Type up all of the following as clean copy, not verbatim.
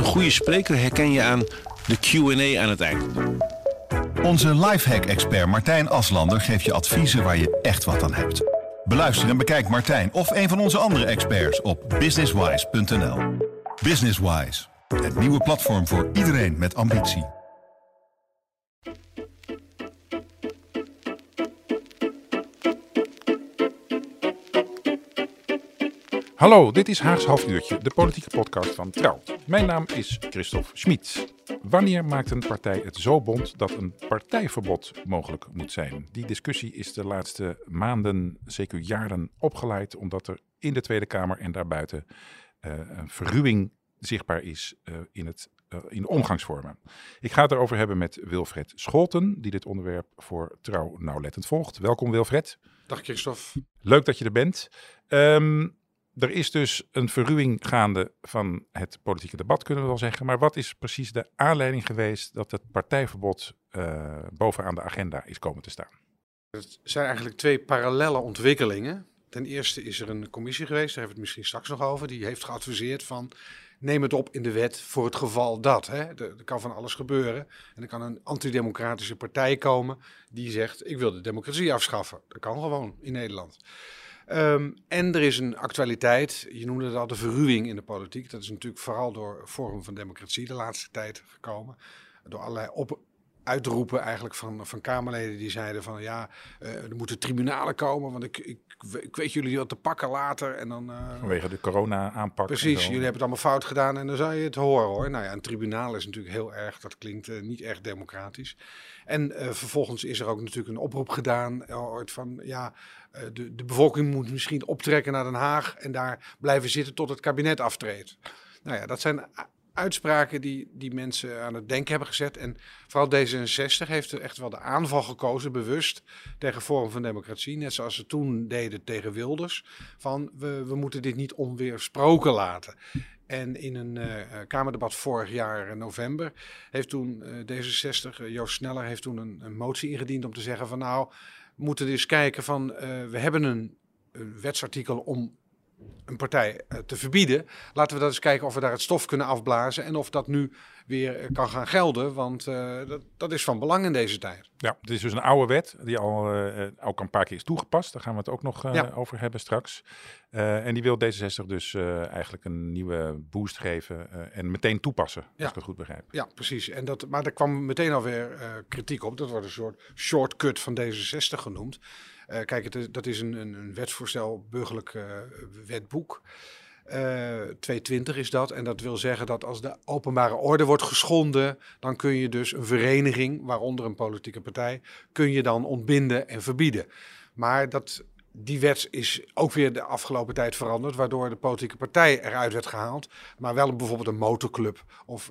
goede spreker herken je aan de Q&A aan het eind. Onze lifehack-expert Martijn Aslander geeft je adviezen waar je echt wat aan hebt. Beluister en bekijk Martijn of een van onze andere experts op businesswise.nl. Businesswise, het nieuwe platform voor iedereen met ambitie. Hallo, dit is Haags Halfuurtje, de politieke podcast van Trouw. Mijn naam is Christophe Schmid. Wanneer maakt een partij het zo bont dat een partijverbod mogelijk moet zijn? Die discussie is de laatste maanden, zeker jaren, opgeleid, omdat er in de Tweede Kamer en daarbuiten een verruwing zichtbaar is in de omgangsvormen. Ik ga het erover hebben met Wilfred Scholten, die dit onderwerp voor Trouw nauwlettend volgt. Welkom Wilfred. Dag Christophe. Leuk dat je er bent. Er is dus een verruwing gaande van het politieke debat, kunnen we wel zeggen. Maar wat is precies de aanleiding geweest dat het partijverbod bovenaan de agenda is komen te staan? Het zijn eigenlijk twee parallelle ontwikkelingen. Ten eerste is er een commissie geweest, daar hebben we het misschien straks nog over. Die heeft geadviseerd van neem het op in de wet voor het geval dat. Hè. Er kan van alles gebeuren. En er kan een antidemocratische partij komen die zegt ik wil de democratie afschaffen. Dat kan gewoon in Nederland. En er is een actualiteit, je noemde het al, de verruwing in de politiek. Dat is natuurlijk vooral door Forum van Democratie de laatste tijd gekomen. Door allerlei uitroepen eigenlijk van Kamerleden die zeiden van ja, er moeten tribunalen komen, want ik weet jullie wat te pakken later. En dan, vanwege de corona-aanpak. Precies, jullie hebben het allemaal fout gedaan en dan zou je het horen hoor. Nou ja, een tribunaal is natuurlijk heel erg, dat klinkt niet echt democratisch. En vervolgens is er ook natuurlijk een oproep gedaan ooit van ja, de bevolking moet misschien optrekken naar Den Haag en daar blijven zitten tot het kabinet aftreedt. Nou ja, dat zijn uitspraken die mensen aan het denken hebben gezet. En vooral D66 heeft er echt wel de aanval gekozen, bewust, tegen Forum van Democratie. Net zoals ze toen deden tegen Wilders. Van we moeten dit niet onweersproken laten. En in een Kamerdebat vorig jaar november heeft toen D66, Joost Sneller, heeft toen een motie ingediend om te zeggen van nou, we moeten eens kijken van we hebben een wetsartikel om een partij te verbieden. Laten we dat eens kijken of we daar het stof kunnen afblazen en of dat nu weer kan gaan gelden, want dat is van belang in deze tijd. Ja, het is dus een oude wet die al ook een paar keer is toegepast. Daar gaan we het ook nog over hebben straks. En die wil D66 dus eigenlijk een nieuwe boost geven en meteen toepassen, als ik het goed begrijp. Ja, precies. Maar daar kwam meteen alweer kritiek op. Dat wordt een soort shortcut van D66 genoemd. Kijk, dat is een wetsvoorstel, burgerlijk wetboek. 220 is dat. En dat wil zeggen dat als de openbare orde wordt geschonden, dan kun je dus een vereniging, waaronder een politieke partij, kun je dan ontbinden en verbieden. Maar die wet is ook weer de afgelopen tijd veranderd, waardoor de politieke partij eruit werd gehaald. Maar wel bijvoorbeeld een motorclub of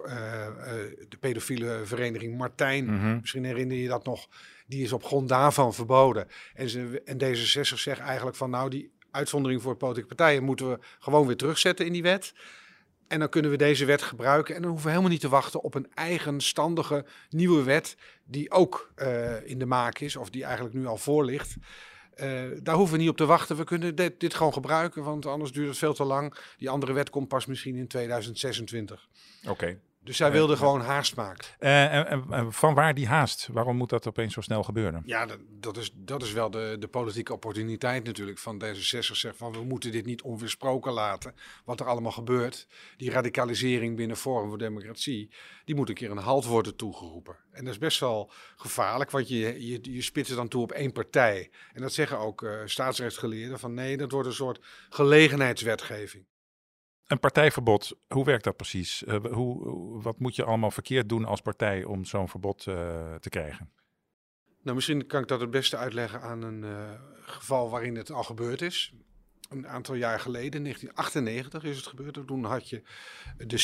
de pedofiele vereniging Martijn. Mm-hmm. Misschien herinner je dat nog. Die is op grond daarvan verboden. En D66 zegt eigenlijk van nou, die uitzondering voor politieke partijen moeten we gewoon weer terugzetten in die wet. En dan kunnen we deze wet gebruiken. En dan hoeven we helemaal niet te wachten op een eigenstandige nieuwe wet die ook in de maak is. Of die eigenlijk nu al voor ligt. Daar hoeven we niet op te wachten. We kunnen dit gewoon gebruiken, want anders duurt het veel te lang. Die andere wet komt pas misschien in 2026. Oké. Dus zij wilden gewoon haast maken. En van waar die haast? Waarom moet dat opeens zo snel gebeuren? Ja, dat is wel de politieke opportuniteit natuurlijk van D66. Zegt van we moeten dit niet onweersproken laten. Wat er allemaal gebeurt. Die radicalisering binnen Forum voor Democratie. Die moet een keer een halt worden toegeroepen. En dat is best wel gevaarlijk. Want je spitst dan toe op één partij. En dat zeggen ook staatsrechtsgeleerden. Van nee, dat wordt een soort gelegenheidswetgeving. Een partijverbod, hoe werkt dat precies? Wat moet je allemaal verkeerd doen als partij om zo'n verbod te krijgen? Nou, misschien kan ik dat het beste uitleggen aan een geval waarin het al gebeurd is. Een aantal jaar geleden, 1998 is het gebeurd. Toen had je de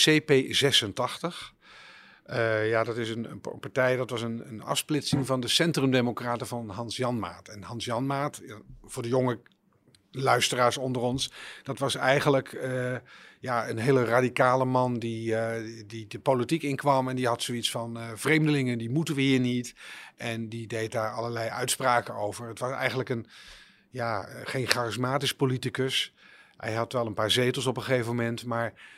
CP86. Dat is een partij, dat was een afsplitsing van de Centrumdemocraten van Hans Janmaat. En Hans Janmaat, voor de jonge luisteraars onder ons, dat was eigenlijk een hele radicale man die de politiek inkwam en die had zoiets van vreemdelingen, die moeten we hier niet. En die deed daar allerlei uitspraken over. Het was eigenlijk geen charismatisch politicus. Hij had wel een paar zetels op een gegeven moment, maar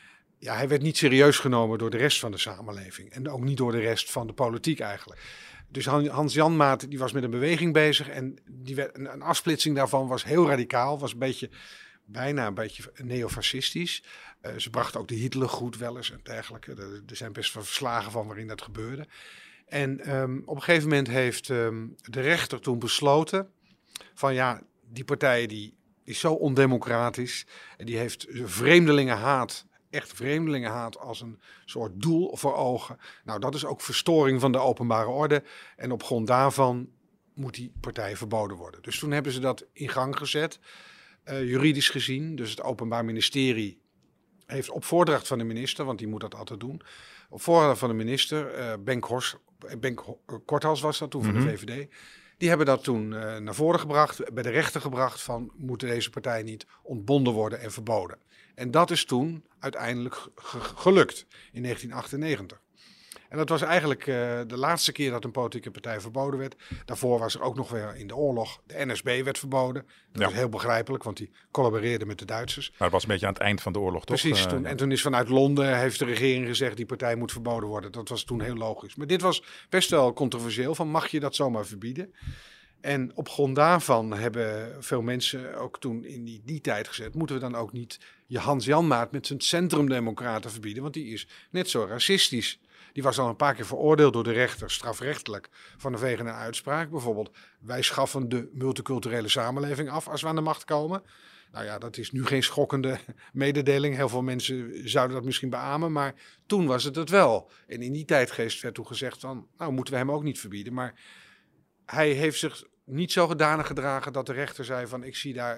hij werd niet serieus genomen door de rest van de samenleving. En ook niet door de rest van de politiek eigenlijk. Dus Hans Janmaat die was met een beweging bezig. En een afsplitsing daarvan was heel radicaal. Was bijna een beetje neofascistisch. Ze brachten ook de Hitlergroet wel eens en dergelijke. Er zijn best wel verslagen van waarin dat gebeurde. En op een gegeven moment heeft de rechter toen besloten van die partij die is zo ondemocratisch. En die heeft vreemdelingenhaat. Echt vreemdelingenhaat als een soort doel voor ogen. Nou, dat is ook verstoring van de openbare orde. En op grond daarvan moet die partij verboden worden. Dus toen hebben ze dat in gang gezet, juridisch gezien. Dus het Openbaar Ministerie heeft op voordracht van de minister, want die moet dat altijd doen. Op voordracht van de minister, Benk Korthals was dat toen van de VVD. Die hebben dat toen naar voren gebracht, bij de rechter gebracht van moeten deze partij niet ontbonden worden en verboden. En dat is toen uiteindelijk gelukt in 1998. En dat was eigenlijk de laatste keer dat een politieke partij verboden werd. Daarvoor was er ook nog weer in de oorlog, de NSB werd verboden. Dat was heel begrijpelijk, want die collaboreerden met de Duitsers. Maar het was een beetje aan het eind van de oorlog, toch? Precies, en toen is vanuit Londen, heeft de regering gezegd, die partij moet verboden worden. Dat was toen heel logisch. Maar dit was best wel controversieel, van mag je dat zomaar verbieden? En op grond daarvan hebben veel mensen ook toen in die tijd gezegd, moeten we dan ook niet je Hans Janmaat met zijn centrumdemocraten verbieden? Want die is net zo racistisch. Die was al een paar keer veroordeeld door de rechter, strafrechtelijk, vanwege een uitspraak. Bijvoorbeeld, wij schaffen de multiculturele samenleving af als we aan de macht komen. Nou ja, dat is nu geen schokkende mededeling. Heel veel mensen zouden dat misschien beamen, maar toen was het wel. En in die tijdgeest werd toen gezegd van, nou moeten we hem ook niet verbieden. Maar hij heeft zich niet zo gedanig gedragen dat de rechter zei van, ik zie daar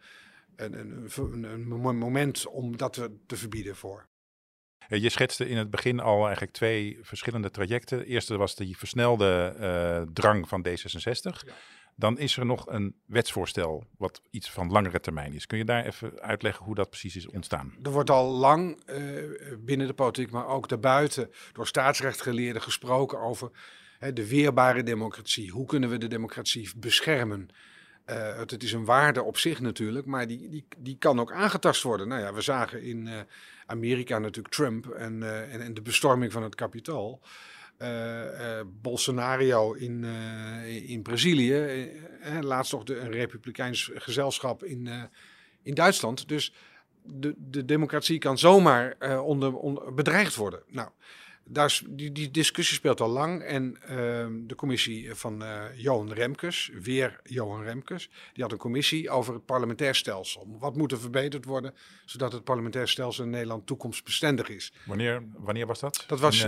een moment om dat te verbieden voor. Je schetste in het begin al eigenlijk 2 verschillende trajecten. De eerste was die versnelde drang van D66. Ja. Dan is er nog een wetsvoorstel wat iets van langere termijn is. Kun je daar even uitleggen hoe dat precies is ontstaan? Er wordt al lang binnen de politiek, maar ook daarbuiten door staatsrechtgeleerden gesproken over de weerbare democratie. Hoe kunnen we de democratie beschermen? Het is een waarde op zich natuurlijk, maar die kan ook aangetast worden. Nou ja, we zagen in Amerika natuurlijk Trump en de bestorming van het Capitool. Bolsonaro in Brazilië. Laatst nog een republikeins gezelschap in Duitsland. Dus de democratie kan zomaar bedreigd worden. Nou, die discussie speelt al lang en de commissie van Johan Remkes, die had een commissie over het parlementair stelsel. Wat moet er verbeterd worden, zodat het parlementair stelsel in Nederland toekomstbestendig is. Wanneer was dat? Dat was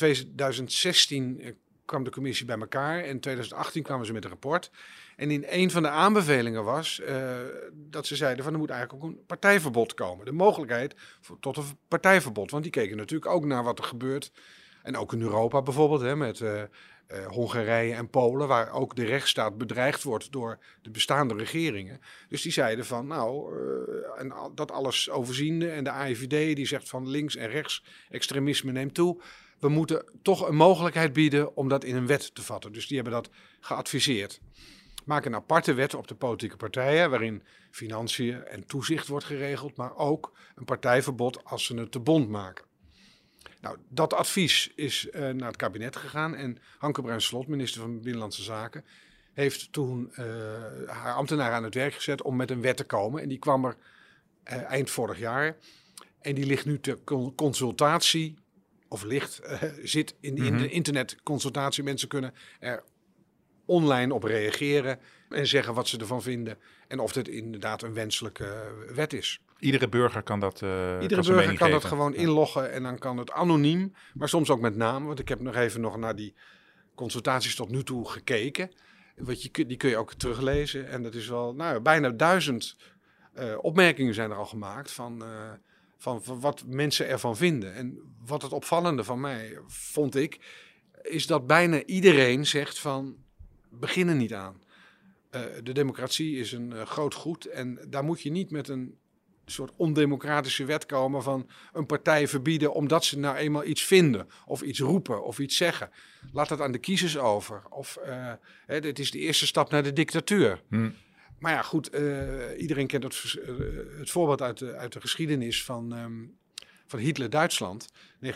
2016 kwam de commissie bij elkaar en in 2018 kwamen ze met een rapport. En in een van de aanbevelingen was dat ze zeiden van er moet eigenlijk ook een partijverbod komen. De mogelijkheid tot een partijverbod. Want die keken natuurlijk ook naar wat er gebeurt. En ook in Europa bijvoorbeeld met Hongarije en Polen. Waar ook de rechtsstaat bedreigd wordt door de bestaande regeringen. Dus die zeiden van en dat alles overziende. En de AIVD die zegt van links en rechts extremisme neemt toe. We moeten toch een mogelijkheid bieden om dat in een wet te vatten. Dus die hebben dat geadviseerd. Maak een aparte wet op de politieke partijen waarin financiën en toezicht wordt geregeld, maar ook een partijverbod als ze het te bond maken. Nou, dat advies is naar het kabinet gegaan en Hanke Bruins-Slot, minister van Binnenlandse Zaken, heeft toen haar ambtenaren aan het werk gezet om met een wet te komen. En die kwam er eind vorig jaar en die ligt nu ter consultatie, of zit in de internetconsultatie. Mensen kunnen er online op reageren en zeggen wat ze ervan vinden en of dit inderdaad een wenselijke wet is. Iedere burger kan dat Iedere burger kan dat gewoon inloggen en dan kan het anoniem, maar soms ook met naam. Want ik heb nog even naar die consultaties tot nu toe gekeken. Die kun je ook teruglezen en dat is wel bijna 1000 opmerkingen zijn er al gemaakt van wat mensen ervan vinden. En wat het opvallende van mij vond ik, is dat bijna iedereen zegt van begin er niet aan. De democratie is een groot goed en daar moet je niet met een soort ondemocratische wet komen van een partij verbieden omdat ze nou eenmaal iets vinden of iets roepen of iets zeggen. Laat dat aan de kiezers over. Of dit is de eerste stap naar de dictatuur. Maar ja, goed, iedereen kent het voorbeeld uit de geschiedenis van van Hitler-Duitsland.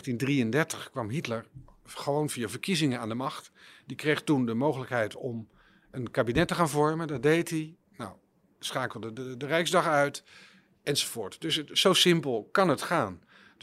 1933 kwam Hitler gewoon via verkiezingen aan de macht. Die kreeg toen de mogelijkheid om een kabinet te gaan vormen. Dat deed hij. Nou, schakelde de Rijksdag uit, enzovoort. Dus zo simpel kan het gaan.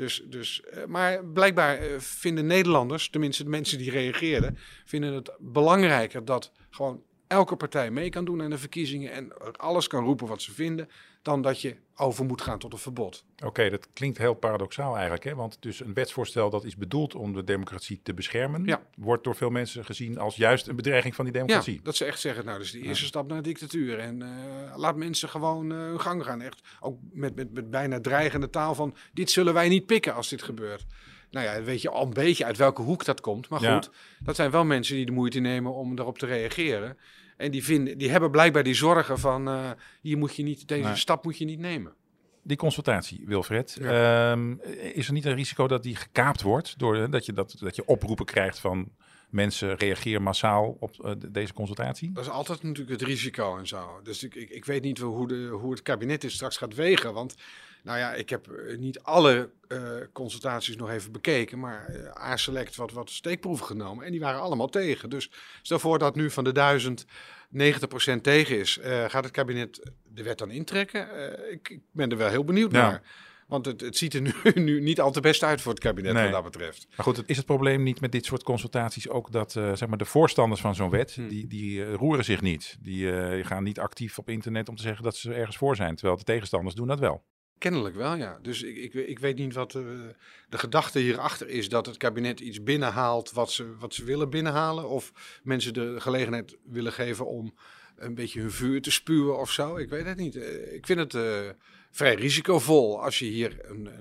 Maar blijkbaar vinden Nederlanders, tenminste de mensen die reageerden, vinden het belangrijker dat gewoon elke partij mee kan doen aan de verkiezingen en alles kan roepen wat ze vinden, dan dat je over moet gaan tot een verbod. Oké, dat klinkt heel paradoxaal eigenlijk, hè? Want dus een wetsvoorstel dat is bedoeld om de democratie te beschermen, wordt door veel mensen gezien als juist een bedreiging van die democratie. Ja, dat ze echt zeggen, nou, dat is de eerste stap naar dictatuur. En laat mensen gewoon hun gang gaan. Echt, ook met bijna dreigende taal van, dit zullen wij niet pikken als dit gebeurt. Nou ja, weet je al een beetje uit welke hoek dat komt. Maar goed, dat zijn wel mensen die de moeite nemen om daarop te reageren. En die hebben blijkbaar die zorgen van, deze stap moet je niet nemen. Die consultatie, Wilfred. Is er niet een risico dat die gekaapt wordt? Dat je oproepen krijgt van mensen reageren massaal op deze consultatie? Dat is altijd natuurlijk het risico en zo. Dus ik weet niet hoe het kabinet dit straks gaat wegen. Want nou ja, ik heb niet alle consultaties nog even bekeken. Maar A-select wat steekproeven genomen. En die waren allemaal tegen. Dus stel voor dat nu van de 1000 90% tegen is. Gaat het kabinet de wet dan intrekken? Ik ben er wel heel benieuwd naar. Want het ziet er nu niet al te best uit voor het kabinet wat dat betreft. Maar goed, is het probleem niet met dit soort consultaties ook dat zeg maar de voorstanders van zo'n wet, die roeren zich niet. Die gaan niet actief op internet om te zeggen dat ze ergens voor zijn. Terwijl de tegenstanders doen dat wel. Kennelijk wel, ja. Dus ik weet niet wat de gedachte hierachter is, dat het kabinet iets binnenhaalt wat ze willen binnenhalen. Of mensen de gelegenheid willen geven om een beetje hun vuur te spuwen of zo. Ik weet het niet. Ik vind het vrij risicovol als je hier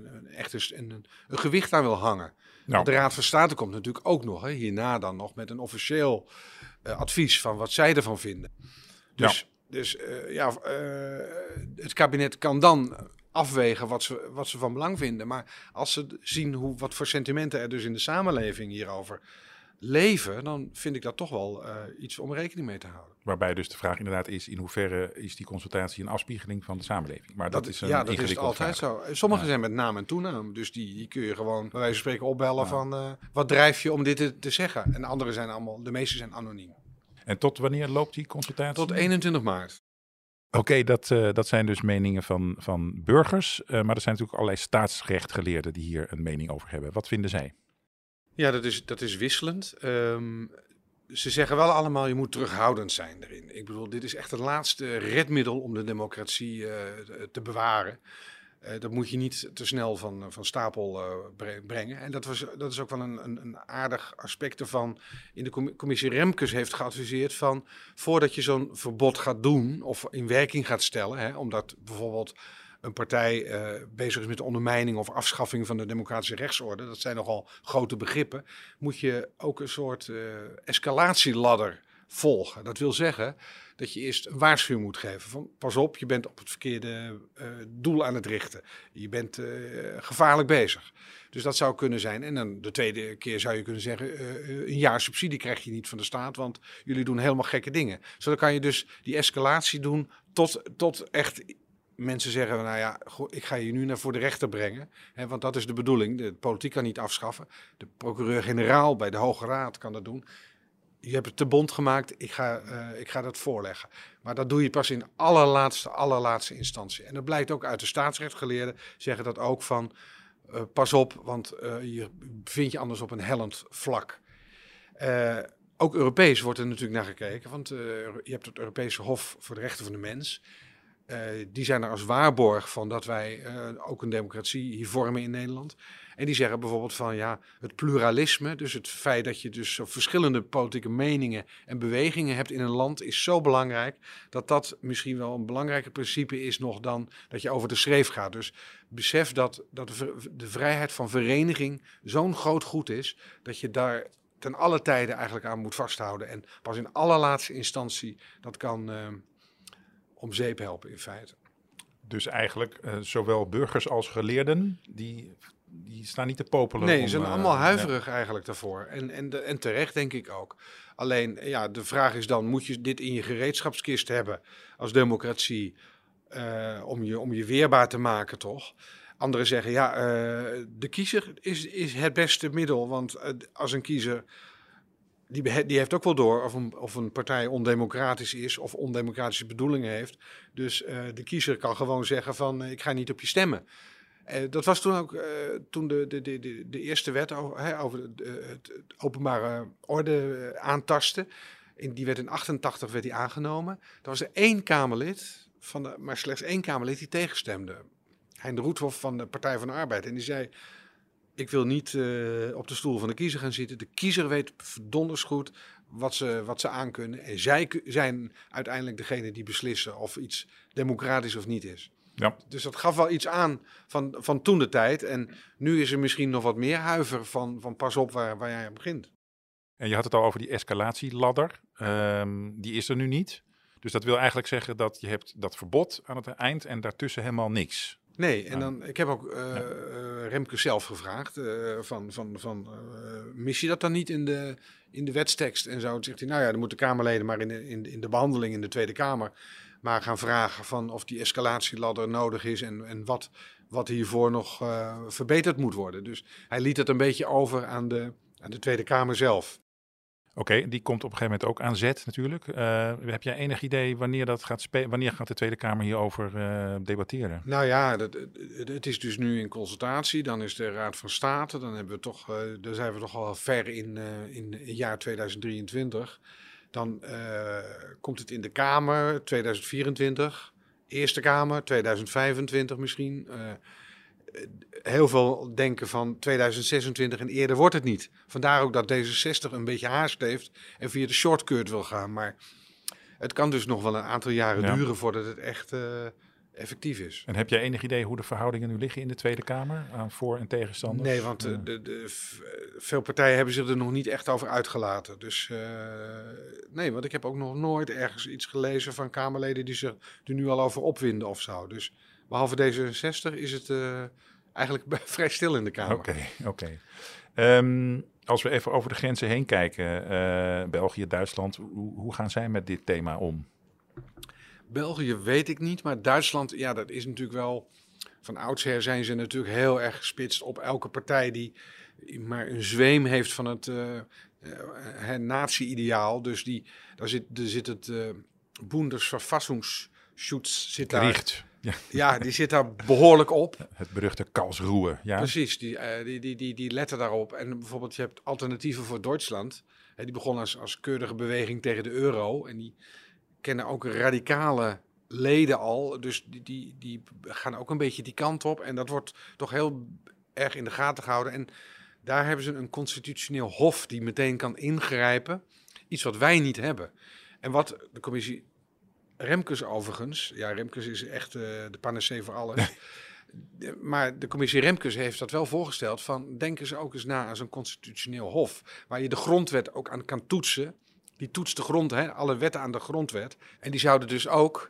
een gewicht aan wil hangen. Nou. De Raad van State komt natuurlijk ook nog, hierna dan nog met een officieel advies van wat zij ervan vinden. Dus het kabinet kan dan afwegen wat ze van belang vinden. Maar als ze zien wat voor sentimenten er dus in de samenleving hierover leven, dan vind ik dat toch wel iets om rekening mee te houden. Waarbij dus de vraag inderdaad is, in hoeverre is die consultatie een afspiegeling van de samenleving? Maar dat is een dat is altijd zo. Sommigen zijn met naam en toenaam, dus die kun je gewoon bij wijze van spreken opbellen van wat drijf je om dit te zeggen? En de anderen zijn de meeste zijn anoniem. En tot wanneer loopt die consultatie? Tot 21 maart. Oké, dat zijn dus meningen van burgers. Maar er zijn natuurlijk allerlei staatsrechtgeleerden die hier een mening over hebben. Wat vinden zij? Ja, dat is wisselend. Ze zeggen wel allemaal, je moet terughoudend zijn erin. Ik bedoel, dit is echt het laatste redmiddel om de democratie te bewaren. Dat moet je niet te snel van stapel brengen. En dat is ook wel een aardig aspect ervan. In de commissie Remkes heeft geadviseerd van, voordat je zo'n verbod gaat doen of in werking gaat stellen, omdat bijvoorbeeld een partij bezig is met de ondermijning of afschaffing van de democratische rechtsorde, dat zijn nogal grote begrippen, moet je ook een soort escalatieladder volgen. Dat wil zeggen dat je eerst een waarschuwing moet geven van, pas op, je bent op het verkeerde doel aan het richten. Je bent gevaarlijk bezig. Dus dat zou kunnen zijn. En dan de tweede keer zou je kunnen zeggen, een jaar subsidie krijg je niet van de staat, want jullie doen helemaal gekke dingen. Zo dan kan je dus die escalatie doen tot echt mensen zeggen, nou ja, ik ga je nu naar voor de rechter brengen. Hè, want dat is de bedoeling. De politiek kan niet afschaffen. De procureur-generaal bij de Hoge Raad kan dat doen. Je hebt het te bond gemaakt, ik ga dat voorleggen. Maar dat doe je pas in allerlaatste instantie. En dat blijkt ook uit de staatsrechtgeleerden, zeggen dat ook van, pas op, want je bevindt je anders op een hellend vlak. Ook Europees wordt er natuurlijk naar gekeken, want je hebt het Europese Hof voor de Rechten van de Mens. Die zijn er als waarborg van dat wij ook een democratie hier vormen in Nederland. En die zeggen bijvoorbeeld van het pluralisme, dus het feit dat je dus verschillende politieke meningen en bewegingen hebt in een land, is zo belangrijk dat misschien wel een belangrijker principe is nog dan dat je over de schreef gaat. Dus besef dat de vrijheid van vereniging zo'n groot goed is dat je daar ten alle tijden eigenlijk aan moet vasthouden. En pas in allerlaatste instantie dat kan om zeep helpen in feite. Dus eigenlijk zowel burgers als geleerden, die staan niet te popelen. Nee, ze zijn allemaal huiverig eigenlijk daarvoor. En terecht denk ik ook. Alleen, de vraag is dan, moet je dit in je gereedschapskist hebben als democratie om je weerbaar te maken, toch? Anderen zeggen, de kiezer is het beste middel. Want als een kiezer, die heeft ook wel door of een partij ondemocratisch is of ondemocratische bedoelingen heeft. Dus de kiezer kan gewoon zeggen van, ik ga niet op je stemmen. Dat was toen ook, toen de eerste wet over het openbare orde aantasten. Die werd in 88 werd die aangenomen. Er was er één Kamerlid, maar slechts één Kamerlid die tegenstemde. Hein de Roethoff van de Partij van de Arbeid. En die zei, ik wil niet op de stoel van de kiezer gaan zitten. De kiezer weet verdonders goed wat ze aankunnen. En zij zijn uiteindelijk degene die beslissen of iets democratisch of niet is. Ja. Dus dat gaf wel iets aan van toen de tijd. En nu is er misschien nog wat meer huiver van pas op waar jij aan begint. En je had het al over die escalatieladder. Die is er nu niet. Dus dat wil eigenlijk zeggen dat je hebt dat verbod aan het eind en daartussen helemaal niks. Nee, en ik heb ook Remkes zelf gevraagd mis je dat dan niet in de wetstekst en zo? Dan zegt hij, nou ja, dan moeten Kamerleden maar in de behandeling in de Tweede Kamer maar gaan vragen van of die escalatieladder nodig is en wat hiervoor nog verbeterd moet worden. Dus hij liet het een beetje over aan de Tweede Kamer zelf. Oké, die komt op een gegeven moment ook aan zet natuurlijk. Heb jij enig idee wanneer dat wanneer gaat de Tweede Kamer hierover debatteren? Nou ja, het is dus nu in consultatie. Dan is de Raad van State. Dan zijn we toch al ver in het jaar 2023. Dan komt het in de Kamer 2024. Eerste Kamer 2025 misschien. Heel veel denken van 2026 en eerder wordt het niet. Vandaar ook dat D66 een beetje haast heeft en via de shortcut wil gaan. Maar het kan dus nog wel een aantal jaren duren voordat het echt effectief is. En heb jij enig idee hoe de verhoudingen nu liggen in de Tweede Kamer aan voor- en tegenstanders? Nee, want veel partijen hebben zich er nog niet echt over uitgelaten. Dus nee, want ik heb ook nog nooit ergens iets gelezen van Kamerleden die zich er nu al over opwinden of zo. Dus behalve D66 is het eigenlijk vrij stil in de Kamer. Oké. Als we even over de grenzen heen kijken, België, Duitsland, hoe gaan zij met dit thema om? België weet ik niet, maar Duitsland, ja, dat is natuurlijk wel... Van oudsher zijn ze natuurlijk heel erg gespitst op elke partij die maar een zweem heeft van het nazi-ideaal. Dus daar zit het Bundesverfassungsschutz zit daar. Gericht. Ja, die zit daar behoorlijk op. Het beruchte Karlsruhe. Ja. Precies, die letten daarop. En bijvoorbeeld je hebt Alternatieven voor Duitsland. Die begon als keurige beweging tegen de euro. En die kennen ook radicale leden al. Dus die gaan ook een beetje die kant op. En dat wordt toch heel erg in de gaten gehouden. En daar hebben ze een constitutioneel hof die meteen kan ingrijpen. Iets wat wij niet hebben. En wat de commissie Remkes overigens... Ja, Remkes is echt de panacee voor alles. Maar de commissie Remkes heeft dat wel voorgesteld van... denken ze ook eens na aan zo'n constitutioneel hof... waar je de grondwet ook aan kan toetsen. Die toetst de grond, alle wetten aan de grondwet. En die zouden dus ook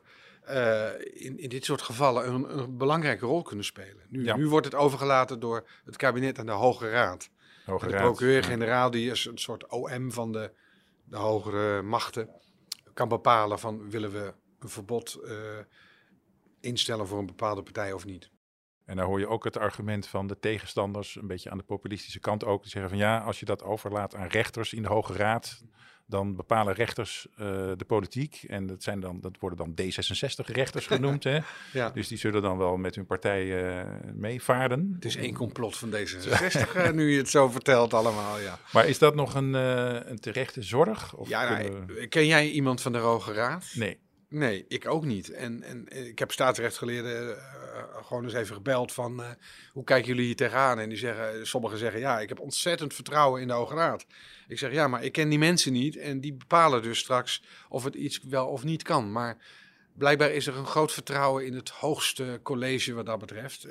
in dit soort gevallen een belangrijke rol kunnen spelen. Nu wordt het overgelaten door het kabinet aan de Hoge Raad. De procureur-generaal die is een soort OM van de hogere machten... kan bepalen van willen we een verbod instellen voor een bepaalde partij of niet. En daar hoor je ook het argument van de tegenstanders, een beetje aan de populistische kant ook, die zeggen van ja, als je dat overlaat aan rechters in de Hoge Raad, dan bepalen rechters de politiek. En dat worden dan D66-rechters genoemd. Hè? Ja. Dus die zullen dan wel met hun partij meevaarden. Het is één complot van D66, nu je het zo vertelt allemaal. Ja. Maar is dat nog een terechte zorg? Of ken jij iemand van de Hoge Raad? Nee, ik ook niet. En ik heb staatsrechtsgeleerden gewoon eens even gebeld van... hoe kijken jullie hier tegenaan? En sommigen zeggen, ja, ik heb ontzettend vertrouwen in de Hoge Raad. Ik zeg, ja, maar ik ken die mensen niet. En die bepalen dus straks of het iets wel of niet kan. Maar blijkbaar is er een groot vertrouwen in het hoogste college wat dat betreft.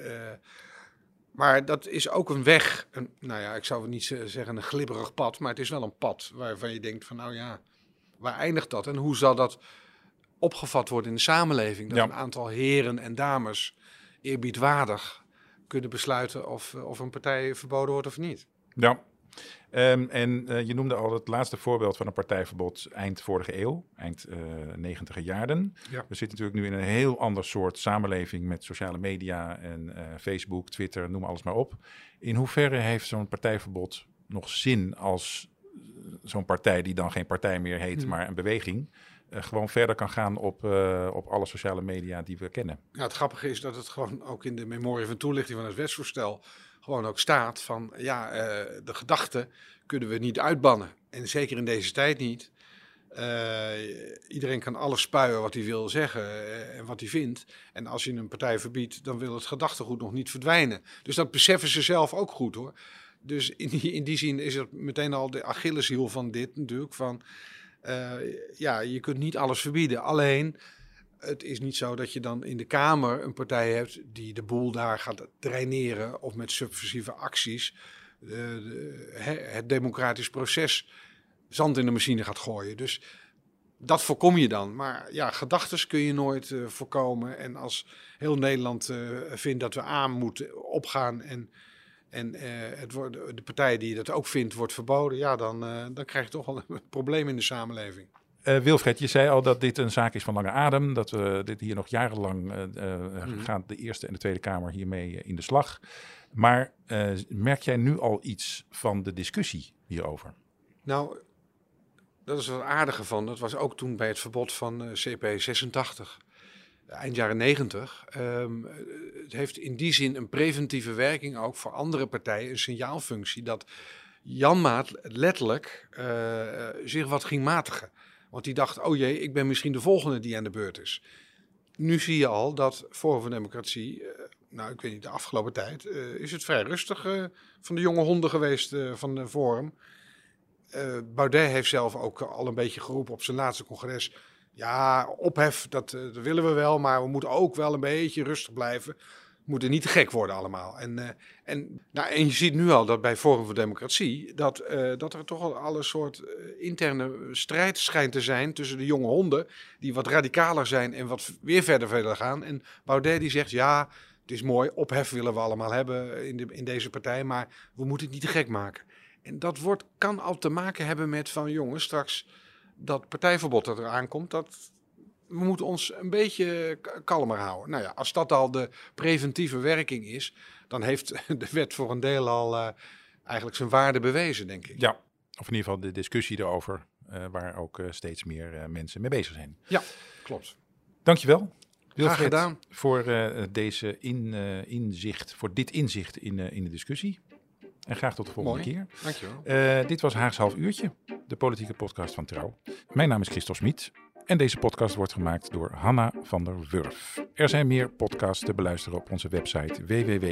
Maar dat is ook een weg. Ik zou niet zeggen een glibberig pad. Maar het is wel een pad waarvan je denkt van, nou ja, waar eindigt dat? En hoe zal dat opgevat worden in de samenleving? Dat een aantal heren en dames eerbiedwaardig kunnen besluiten of een partij verboden wordt of niet. Ja. Je noemde al het laatste voorbeeld van een partijverbod eind vorige eeuw, eind 90e jaren. Ja. We zitten natuurlijk nu in een heel ander soort samenleving met sociale media en Facebook, Twitter, noem alles maar op. In hoeverre heeft zo'n partijverbod nog zin als zo'n partij die dan geen partij meer heet, maar een beweging, gewoon verder kan gaan op alle sociale media die we kennen? Ja, het grappige is dat het gewoon ook in de memorie van toelichting van het wetsvoorstel gewoon ook staat van de gedachten kunnen we niet uitbannen. En zeker in deze tijd niet. Iedereen kan alles spuien wat hij wil zeggen en wat hij vindt. En als je een partij verbiedt, dan wil het gedachtegoed nog niet verdwijnen. Dus dat beseffen ze zelf ook goed hoor. Dus in die zin is het meteen al de Achilleshiel van dit natuurlijk. Van, je kunt niet alles verbieden. Alleen, het is niet zo dat je dan in de Kamer een partij hebt die de boel daar gaat draineren of met subversieve acties het democratisch proces zand in de machine gaat gooien. Dus dat voorkom je dan. Maar ja, gedachtes kun je nooit voorkomen. En als heel Nederland vindt dat we aan moeten opgaan en de partij die dat ook vindt wordt verboden, ja, dan krijg je toch wel een probleem in de samenleving. Wilfred, je zei al dat dit een zaak is van lange adem. Dat we dit hier nog jarenlang gaan de Eerste en de Tweede Kamer hiermee in de slag. Maar merk jij nu al iets van de discussie hierover? Nou, dat is wat aardige van. Dat was ook toen bij het verbod van CP86. Eind jaren 90. Het heeft in die zin een preventieve werking ook voor andere partijen. Een signaalfunctie dat Janmaat letterlijk zich wat ging matigen. Want die dacht, oh jee, ik ben misschien de volgende die aan de beurt is. Nu zie je al dat Forum voor Democratie, ik weet niet, de afgelopen tijd is het vrij rustig van de jonge honden geweest van de Forum. Baudet heeft zelf ook al een beetje geroepen op zijn laatste congres. Ja, ophef, dat willen we wel, maar we moeten ook wel een beetje rustig blijven. We moeten niet te gek worden allemaal. En je ziet nu al dat bij Forum voor Democratie dat er toch al een soort interne strijd schijnt te zijn tussen de jonge honden, die wat radicaler zijn en wat weer verder willen gaan. En Baudet die zegt, ja, het is mooi, ophef willen we allemaal hebben in deze partij, maar we moeten het niet te gek maken. En dat kan al te maken hebben met van jongens, straks dat partijverbod dat er aankomt, dat we moeten ons een beetje kalmer houden. Nou ja, als dat al de preventieve werking is, dan heeft de wet voor een deel al eigenlijk zijn waarde bewezen, denk ik. Ja, of in ieder geval de discussie erover, waar ook steeds meer mensen mee bezig zijn. Ja, klopt. Dankjewel, Wilfred, graag gedaan voor deze inzicht, voor dit inzicht in de discussie. En graag tot de volgende keer. Dankjewel. Dit was Haags Half Uurtje, de politieke podcast van Trouw. Mijn naam is Christophe Schmid en deze podcast wordt gemaakt door Hanna van der Wurf. Er zijn meer podcasts te beluisteren op onze website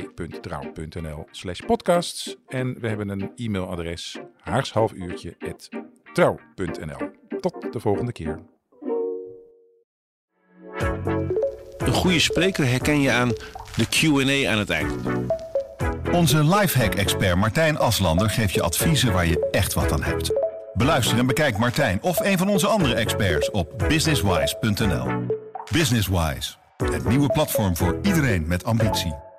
www.trouw.nl/podcasts. En we hebben een e-mailadres haagshalfuurtje@trouw.nl. Tot de volgende keer. Een goede spreker herken je aan de Q&A aan het eind. Onze lifehack-expert Martijn Aslander geeft je adviezen waar je echt wat aan hebt. Beluister en bekijk Martijn of een van onze andere experts op businesswise.nl. Businesswise, het nieuwe platform voor iedereen met ambitie.